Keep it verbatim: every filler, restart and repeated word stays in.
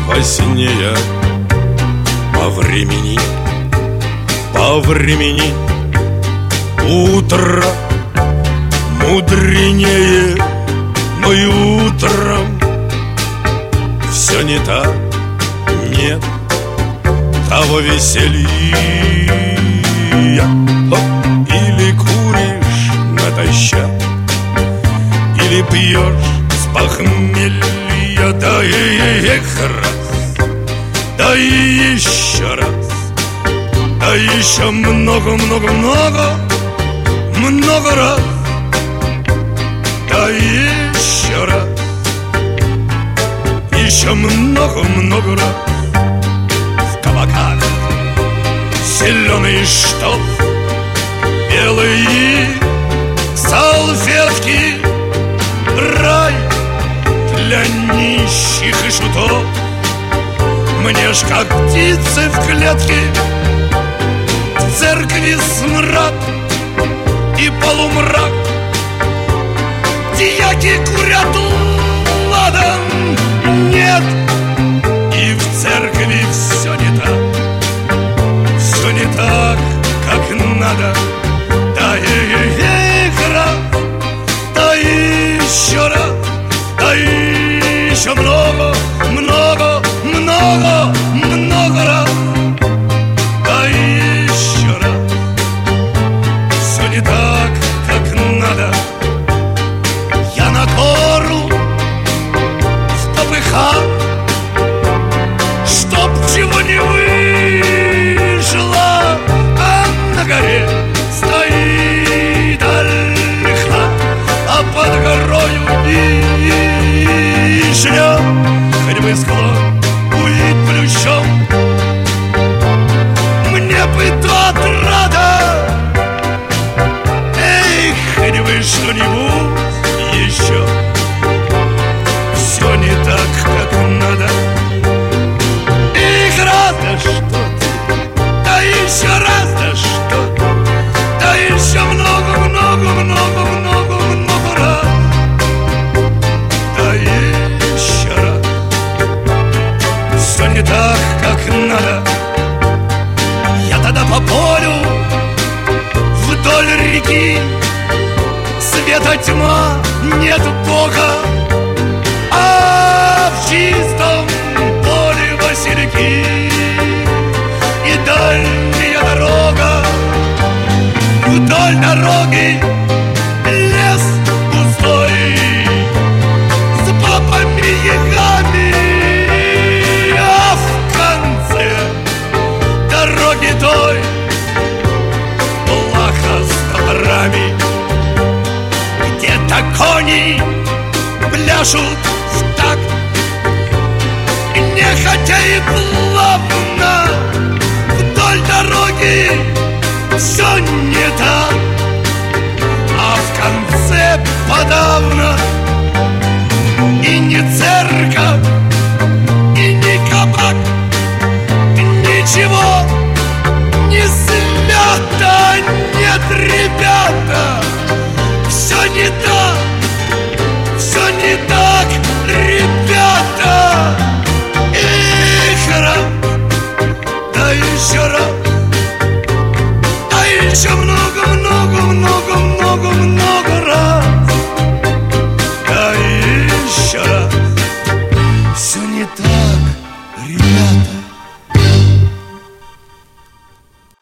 во сне я по времени, по времени утро мудренее, но и утром все не так, нет того веселья. Или куришь натощак, или пьешь с похмелья, да и раз, да и еще раз, да еще много-много-много, много раз, да еще раз, еще много-много раз. В кабаках зеленый штоф, белые салфетки, рай для нищих и шутов. Мне ж как птицы в клетке, в церкви смрад и полумрак. Дьяки курят ладан, нет, и в церкви все не так, все не так, как надо. Да и раз, да еще раз, да еще много, много, много, много раз, да еще раз. Все не так, как надо. Я на гору в попыхах, чтоб чего не вышло, а на горе стоит ольха, а под горою вишня. Хоть бы склон увидеть плющом, мне бы то отрада. Эй, хоть бы что-нибудь еще. Все не так, как надо. Эх, раз, да что ты, да еще раз, да что ты, да еще много, много, много, много, много раз, да еще раз. Все не так, как надо. Я тогда по полю вдоль реки, света тьма, нет Бога, а в чистом поле васильки и дальняя дорога. Вдоль дороги лес густой с бабами-ягами, а в конце дороги той плаха с топорами. Где-то кони пляшут в такт, нехотя и плавно. Вдоль дороги все не так, а в конце подавно и не церковь,